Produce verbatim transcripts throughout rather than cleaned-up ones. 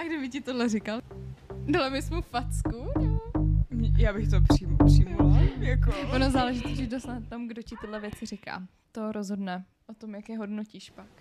kdyby ti tohle říkal? Dala bys mu facku? Já bych to přímo přijmula. Jako. Ono záleží totiž dost na tom, kdo ti tyhle věci říká. To rozhodne o tom, jak je hodnotíš pak.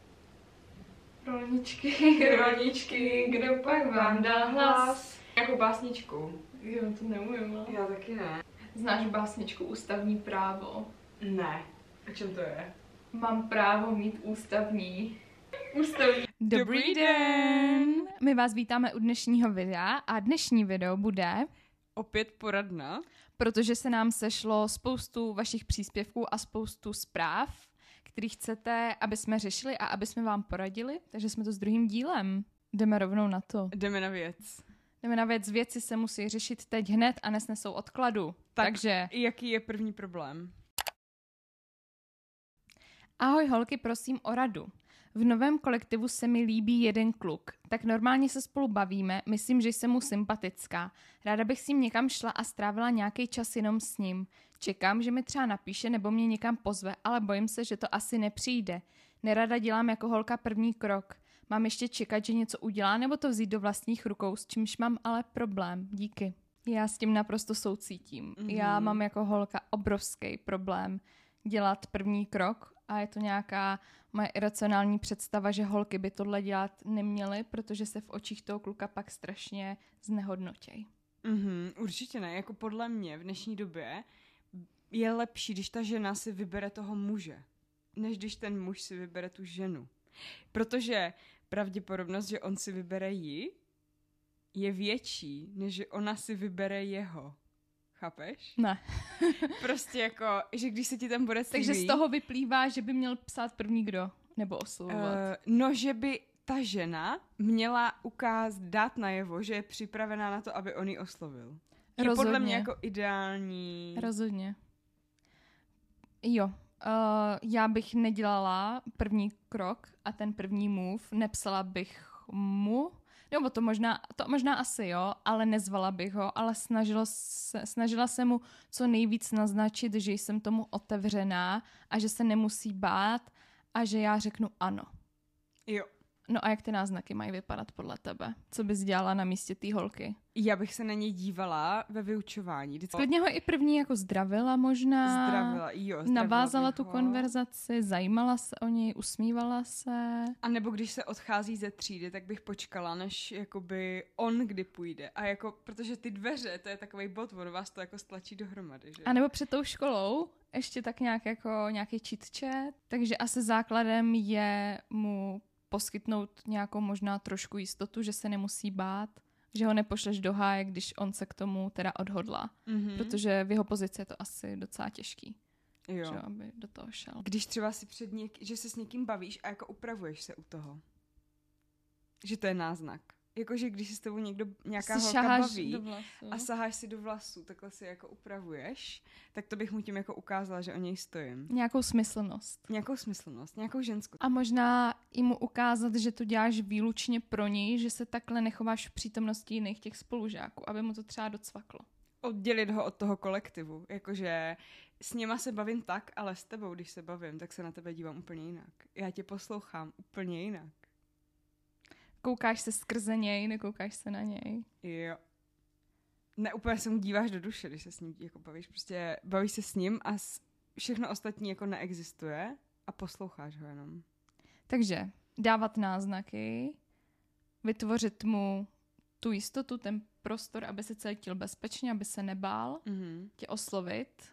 Rolničky, rolničky, kdo pak vám dá hlas? Jako básničku. Jo, to neumím. Ale. Já taky ne. Znáš básničku Ústavní právo? Ne. A čem to je? Mám právo mít ústavní. Ústavní. Dobrý den! My vás vítáme u dnešního videa a dnešní video bude... Opět poradna. Protože se nám sešlo spoustu vašich příspěvků a spoustu zpráv, který chcete, aby jsme řešili a aby jsme vám poradili, takže jsme to s druhým dílem. Jdeme rovnou na to. Jdeme na věc. Jdeme na věc. Věci se musí řešit teď hned a nesnesou odkladu. Tak, takže... jaký je první problém? Ahoj holky, prosím o radu. V novém kolektivu se mi líbí jeden kluk. Tak normálně se spolu bavíme, myslím, že jsem mu sympatická. Ráda bych s ním někam šla a strávila nějaký čas jenom s ním. Čekám, že mi třeba napíše nebo mě někam pozve, ale bojím se, že to asi nepřijde. Nerada dělám jako holka první krok. Mám ještě čekat, že něco udělá nebo to vzít do vlastních rukou, s čímž mám ale problém. Díky. Já s tím naprosto soucítím. Mm-hmm. Já mám jako holka obrovský problém dělat první krok a je to nějaká moje iracionální představa, že holky by tohle dělat neměly, protože se v očích toho kluka pak strašně znehodnotějí. Mhm, určitě ne. Jako podle mě v dnešní době je lepší, když ta žena si vybere toho muže, než když ten muž si vybere tu ženu. Protože pravděpodobnost, že on si vybere ji, je větší, než že ona si vybere jeho. Chápeš? Ne. Prostě jako, že když se ti ten borec Takže líbí, z toho vyplývá, že by měl psát první kdo? Nebo oslovovat? Uh, no, že by ta žena měla ukázat, dát najevo, že je připravená na to, aby on ji oslovil. Je Rozhodně. podle mě jako ideální. Rozhodně. Jo. Uh, já bych nedělala první krok a ten první move, nepsala bych mu, nebo to možná, to možná asi jo, ale nezvala bych ho, ale snažila se, snažila se mu co nejvíc naznačit, že jsem tomu otevřená a že se nemusí bát a že já řeknu ano. Jo. No a jak ty náznaky mají vypadat podle tebe? Co bys dělala na místě té holky? Já bych se na něj dívala ve vyučování. Vždycky... Klidně ho i první jako zdravila možná. Zdravila, jo. Zdravila Navázala tu ho. konverzaci, zajímala se o něj, usmívala se. A nebo když se odchází ze třídy, tak bych počkala, než jakoby on kdy půjde. A jako, protože ty dveře, to je takovej bod, on vás to jako stlačí dohromady, že? A nebo před tou školou ještě tak nějak jako nějaký chit-chat. Takže asi základem je mu poskytnout nějakou možná trošku jistotu, že se nemusí bát, že ho nepošleš do háje, když on se k tomu teda odhodlá. Mm-hmm. Protože v jeho pozici je to asi docela těžký. Jo. Že aby do toho šel. Když třeba si před něk- že se s někým bavíš a jako upravuješ se u toho. Že to je náznak. Jakože když si s tebou někdo, nějaká si holka baví a saháš saháš si do vlasů, takhle si jako upravuješ, tak to bych mu tím jako ukázala, že o něj stojím. nějakou smyslnost. Nějakou smyslnost, nějakou ženskou. A možná i mu ukázat, že to děláš výlučně pro něj, že se takhle nechováš v přítomnosti jiných těch spolužáků, aby mu to třeba docvaklo. Oddělit ho od toho kolektivu. Jakože s něma se bavím tak, ale s tebou, když se bavím, tak se na tebe dívám úplně jinak. Já tě poslouchám úplně jinak. Koukáš se skrze něj, nekoukáš se na něj. Jo. Ne, úplně se mu díváš do duše, když se s ním jako bavíš. Prostě bavíš se s ním a s... všechno ostatní jako neexistuje a posloucháš ho jenom. Takže dávat náznaky, vytvořit mu tu jistotu, ten prostor, aby se cítil bezpečně, aby se nebál, Mm-hmm. tě oslovit.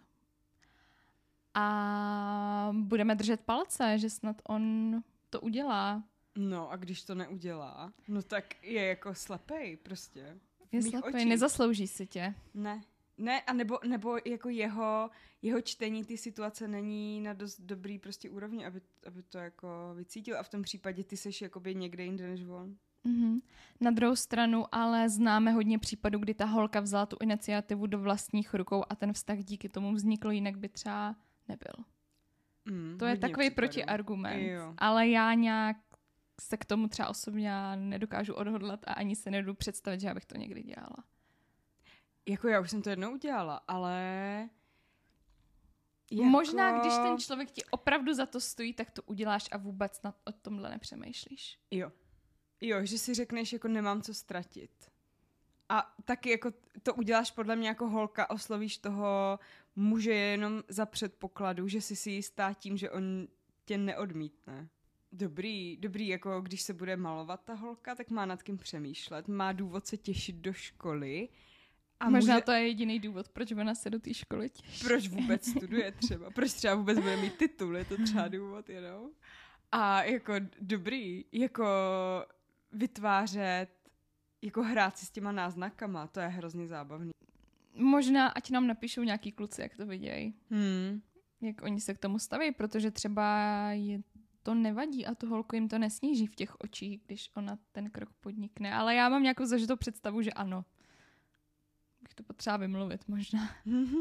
A budeme držet palce, že snad on to udělá. No a když to neudělá, no tak je jako slepej prostě. V Je mých slepej, očích. nezaslouží si tě. Ne. Ne, a nebo, nebo jako jeho, jeho čtení ty situace není na dost dobrý prostě úrovni, aby, aby to jako vycítil a v tom případě ty seš jakoby někde jinde než on. Mm-hmm. Na druhou stranu ale známe hodně případů, kdy ta holka vzala tu iniciativu do vlastních rukou a ten vztah díky tomu vznikl, jinak by třeba nebyl. Mm, To je takový případů. protiargument, Jo. ale já nějak se k tomu třeba osobně nedokážu odhodlat a ani se nedodu představit, že já bych to někdy dělala. Jako já už jsem to jednou udělala, ale... Jako... Možná, když ten člověk ti opravdu za to stojí, tak to uděláš a vůbec nad, o tomhle nepřemýšlíš. Jo. Jo, že si řekneš, jako nemám co ztratit. A taky jako to uděláš podle mě jako holka, oslovíš toho muže jenom za předpokladu, že jsi si jistá tím, že on tě neodmítne. Dobrý, dobrý, jako když se bude malovat ta holka, tak má nad kým přemýšlet, má důvod se těšit do školy. A možná může... to je jediný důvod, proč ona se do té školy těší. Proč vůbec studuje třeba, proč třeba vůbec bude mít titul, je to třeba důvod, jenom. A jako dobrý, jako vytvářet, jako hrát si s těma náznakama, to je hrozně zábavný. Možná, ať nám napíšou nějaký kluci, jak to vidějí. Hmm. Jak oni se k tomu staví, protože třeba je to nevadí a tu holku jim to nesníží v těch očích, když ona ten krok podnikne. Ale já mám nějakou zažitou představu, že ano. Bych to potřeba vymluvit možná.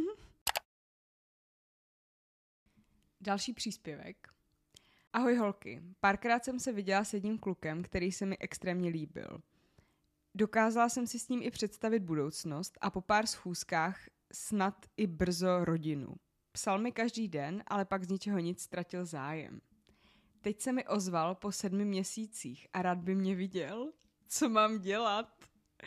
Další příspěvek. Ahoj holky, párkrát jsem se viděla s jedním klukem, který se mi extrémně líbil. Dokázala jsem si s ním i představit budoucnost a po pár schůzkách snad i brzo rodinu. Psal mi každý den, ale pak z ničeho nic ztratil zájem. Teď se mi ozval po sedmi měsících a rád by mě viděl. Co mám dělat?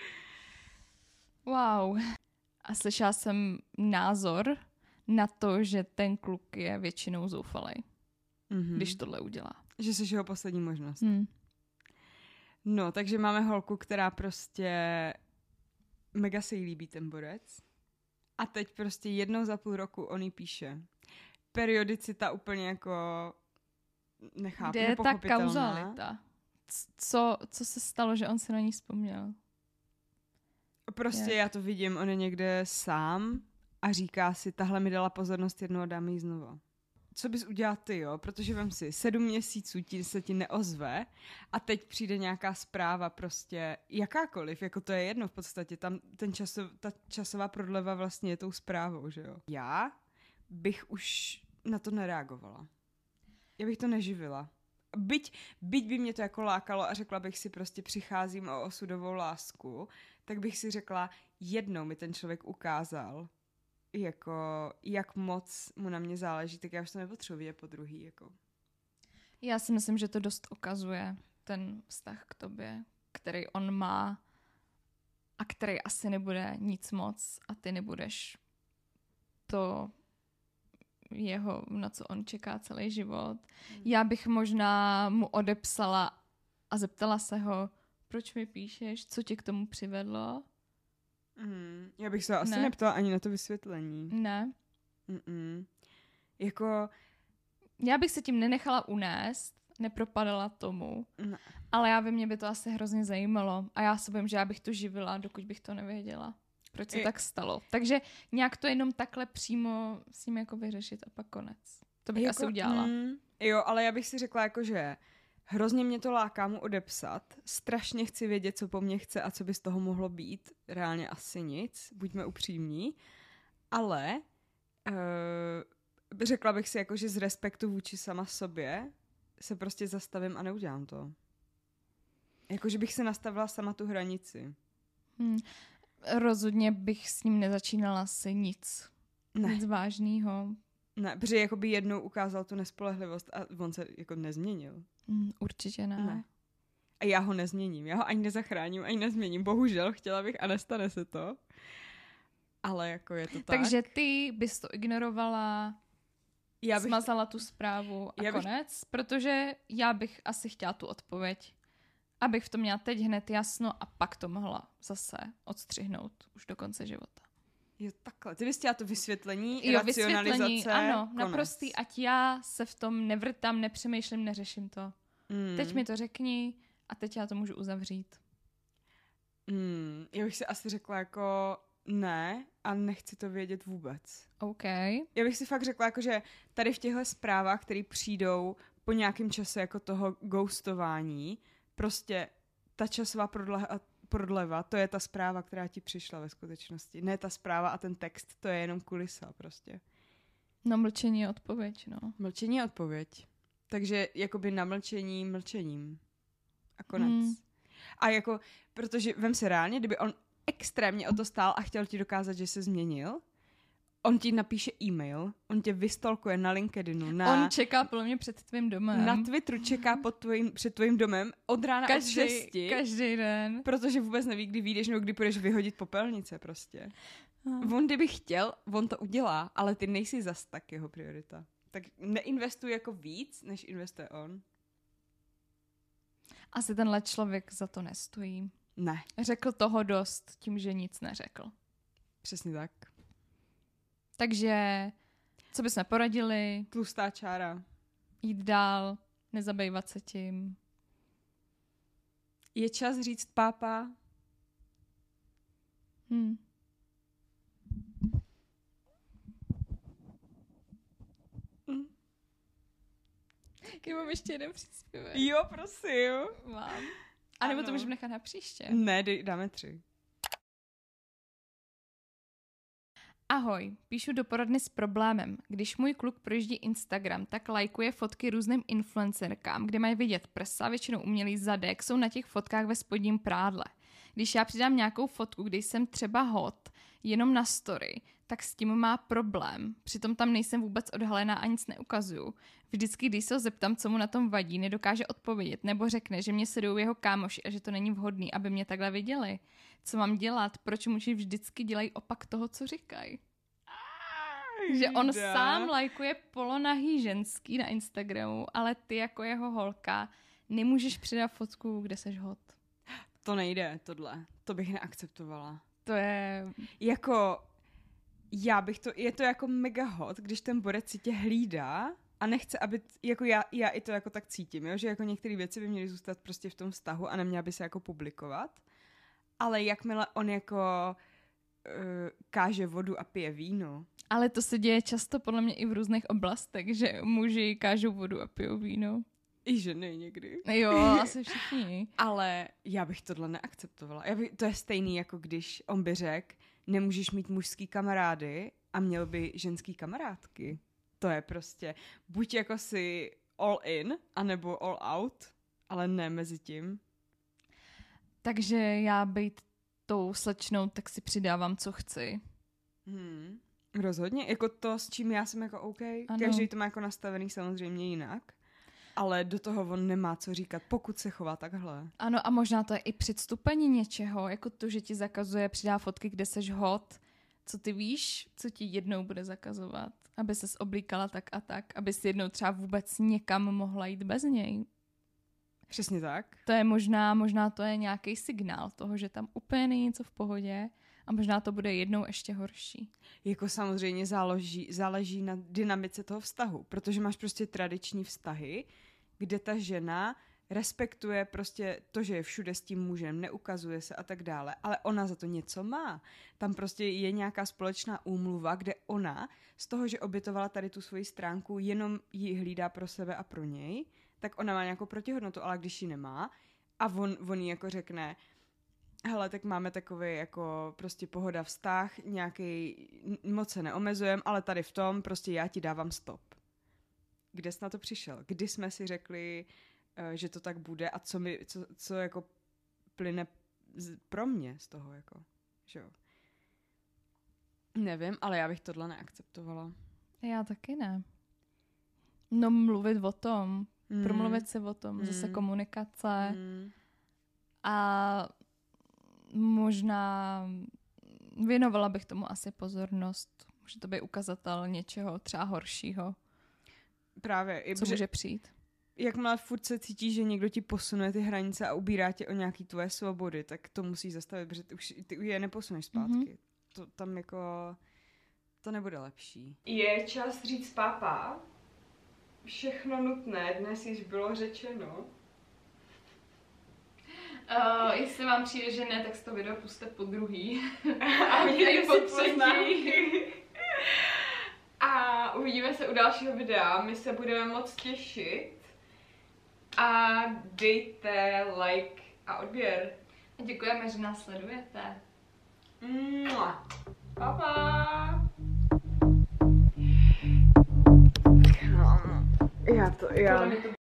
Wow. A slyšela jsem názor na to, že ten kluk je většinou zoufalej, mm-hmm. když tohle udělá. Že jsi jeho poslední možnost. Hmm. No, takže máme holku, která prostě mega se jí líbí ten borec. A teď prostě jednou za půl roku on jí píše. Periodicita úplně jako nechápu, kde je ta kauzalita? Co, co se stalo, že on se na ní vzpomněl? Prostě Jak? Já to vidím, on je někde sám a říká si, tahle mi dala pozornost jednou a dám jí znova. Co bys udělal ty, jo? Protože vem si, sedm měsíců ti, se ti neozve a teď přijde nějaká zpráva prostě jakákoliv, jako to je jedno v podstatě, tam ten časov, ta časová prodleva vlastně je tou zprávou, že jo? Já bych už na to nereagovala. Já bych to neživila. Byť, byť by mě to jako lákalo a řekla bych si prostě přicházím o osudovou lásku, tak bych si řekla, jednou mi ten člověk ukázal, jako jak moc mu na mě záleží, tak já už to nepotřebuji vidět po druhý, jako. Já si myslím, že to dost ukazuje ten vztah k tobě, který on má a který asi nebude nic moc a ty nebudeš to jeho, na co on čeká celý život. Hmm. Já bych možná mu odepsala a zeptala se ho, proč mi píšeš, co tě k tomu přivedlo? Mm, já bych se asi ne. neptala ani na to vysvětlení. Ne. Mm-mm. Jako... Já bych se tím nenechala unést, nepropadala tomu, ne. Ale já vím, mě by to asi hrozně zajímalo a já se bojím, že já bych to živila, dokud bych to nevěděla. Proč se Je... tak stalo. Takže nějak to jenom takhle přímo s ním jako vyřešit a pak konec. To bych jako, asi udělala. Mm, jo, ale já bych si řekla jako, že hrozně mě to láká mu odepsat. Strašně chci vědět, co po mně chce a co by z toho mohlo být. Reálně asi nic, buďme upřímní. Ale uh, řekla bych si jako, že z respektu vůči sama sobě se prostě zastavím a neudělám to. Jako, že bych se nastavila sama tu hranici. Hmm. Rozhodně bych s ním nezačínala si nic. Ne. Nic vážného. Ne, protože jakoby jednou ukázal tu nespolehlivost a on se jako nezměnil. Mm, určitě ne. ne. A já ho nezměním. Já ho ani nezachráním, ani nezměním. Bohužel, chtěla bych a nestane se to. Ale jako je to tak. Takže ty bys to ignorovala, já bych... smazala tu zprávu a já konec, bych... protože já bych asi chtěla tu odpověď, abych v tom měla teď hned jasno a pak to mohla zase odstřihnout už do konce života. Jo, takhle. Ty bys chtěla to vysvětlení, jo, racionalizace, vysvětlení, ano, konec. Naprostý, ať já se v tom nevrtám, nepřemýšlím, neřeším to. Mm. Teď mi to řekni a teď já to můžu uzavřít. Mm. Já bych si asi řekla jako ne a nechci to vědět vůbec. OK. Já bych si fakt řekla jako, že tady v těchto zprávách, které přijdou po nějakém čase jako toho ghostování, prostě ta časová prodleva, prodleva, to je ta zpráva, která ti přišla ve skutečnosti. Ne ta zpráva a ten text, to je jenom kulisa prostě. No mlčení je odpověď, no. Mlčení je odpověď. Takže jakoby na mlčení mlčením. A konec. Hmm. A jako, protože vem se reálně, kdyby on extrémně o to stál a chtěl ti dokázat, že se změnil, On ti napíše e-mail, on tě vystolkuje na LinkedInu, na... On čeká podle mě před tvým domem. Na Twitteru čeká pod tvojím, před tvojím domem od rána každý, od šesti. Každý den. Protože vůbec neví, kdy vyjdeš nebo kdy půjdeš vyhodit popelnice prostě. No. On kdyby chtěl, on to udělá, ale ty nejsi zas tak jeho priorita. Tak neinvestuj jako víc, než investuje on. Asi tenhle člověk za to nestojí. Ne. Řekl toho dost tím, že nic neřekl. Přesně tak. Takže, co bychom poradili? Tlustá čára. Jít dál, nezabývat se tím. Je čas říct pápa. Hm. Hm. Já mám ještě jeden příspěvek. Jo, prosím. Mám. A nebo Ano. to můžeme nechat na příště. Ne, dej, dáme tři. Ahoj, píšu do poradny s problémem. Když můj kluk projíždí Instagram, tak lajkuje fotky různým influencerkám, kde mají vidět prsa, většinou umělý zadek, jsou na těch fotkách ve spodním prádle. Když já přidám nějakou fotku, kde jsem třeba hot, jenom na story, tak s tím má problém. Přitom tam nejsem vůbec odhalená a nic neukazuju. Vždycky, když se ho zeptám, co mu na tom vadí, nedokáže odpovědět nebo řekne, že mě sledují jeho kámoši a že to není vhodný, aby mě takhle viděli. Co mám dělat? Proč muži vždycky dělají opak toho, co říkají? Že on Jda. sám lajkuje polonahý ženský na Instagramu, ale ty jako jeho holka nemůžeš přidat fotku, kde seš hot. To nejde, tohle. To bych neakceptovala. To je... Jako, já bych to, je to jako mega hot, když ten borec si tě hlídá a nechce, aby, t, jako já, já i to jako tak cítím, jo? Že jako některé věci by měly zůstat prostě v tom vztahu a neměla by se jako publikovat. Ale jakmile on jako uh, káže vodu a pije víno. Ale to se děje často podle mě i v různých oblastech, že muži kážou vodu a pijou víno. I ženy někdy. Jo, asi všichni. Ale já bych tohle neakceptovala. Já bych, to je stejný, jako když on by řekl, nemůžeš mít mužský kamarády a měl by ženský kamarádky. To je prostě, buď jako si all in, anebo all out, ale ne mezi tím. Takže já být tou slečnou, tak si přidávám, co chci. Hmm. Rozhodně, jako to, s čím já jsem jako OK. Ano. Každý to má jako nastavený samozřejmě jinak. Ale do toho on nemá co říkat, pokud se chová takhle. Ano, a možná to je i předstupení něčeho, jako to, že ti zakazuje přidá fotky, kde seš hot. Co ty víš, co ti jednou bude zakazovat? Aby ses oblíkala tak a tak, aby si jednou třeba vůbec někam mohla jít bez něj. Přesně tak. To je možná, možná to je nějaký signál toho, že tam úplně není něco v pohodě a možná to bude jednou ještě horší. Jako samozřejmě záleží, záleží na dynamice toho vztahu, protože máš prostě tradiční vztahy, kde ta žena respektuje prostě to, že je všude s tím mužem, neukazuje se a tak dále, ale ona za to něco má. Tam prostě je nějaká společná úmluva, kde ona z toho, že obětovala tady tu svoji stránku, jenom ji hlídá pro sebe a pro něj, tak ona má nějakou protihodnotu, ale když ji nemá a on, on jí jako řekne, hele, tak máme takový jako prostě pohoda vztah, nějaký, moc se neomezujem, ale tady v tom prostě já ti dávám stop. Kde jsi na to přišel? Kdy jsme si řekli, že to tak bude a co mi, co, co jako plyne z, pro mě z toho, jako, že jo. Nevím, ale já bych tohle neakceptovala. Já taky ne. No mluvit o tom, Mm. promluvit si o tom, Mm. zase komunikace Mm. a možná věnovala bych tomu asi pozornost. Může to být ukazatel něčeho třeba horšího, Právě. I co protože může přijít. jakmile furt se cítíš, že někdo ti posunuje ty hranice a ubírá tě o nějaký tvoje svobody, tak to musíš zastavit, protože ty už, ty už je neposuneš zpátky. Mhm. To tam jako, to nebude lepší. Je čas říct pápa. Všechno nutné dnes již bylo řečeno. Uh, jestli vám přijde, že ne, tak si to video puste po druhý. A měli po třetí. A uvidíme se u dalšího videa. My se budeme moc těšit. A dejte like a odběr. A děkujeme, že nás sledujete. Mua. Pa, pa. Já to, já... Podle mě to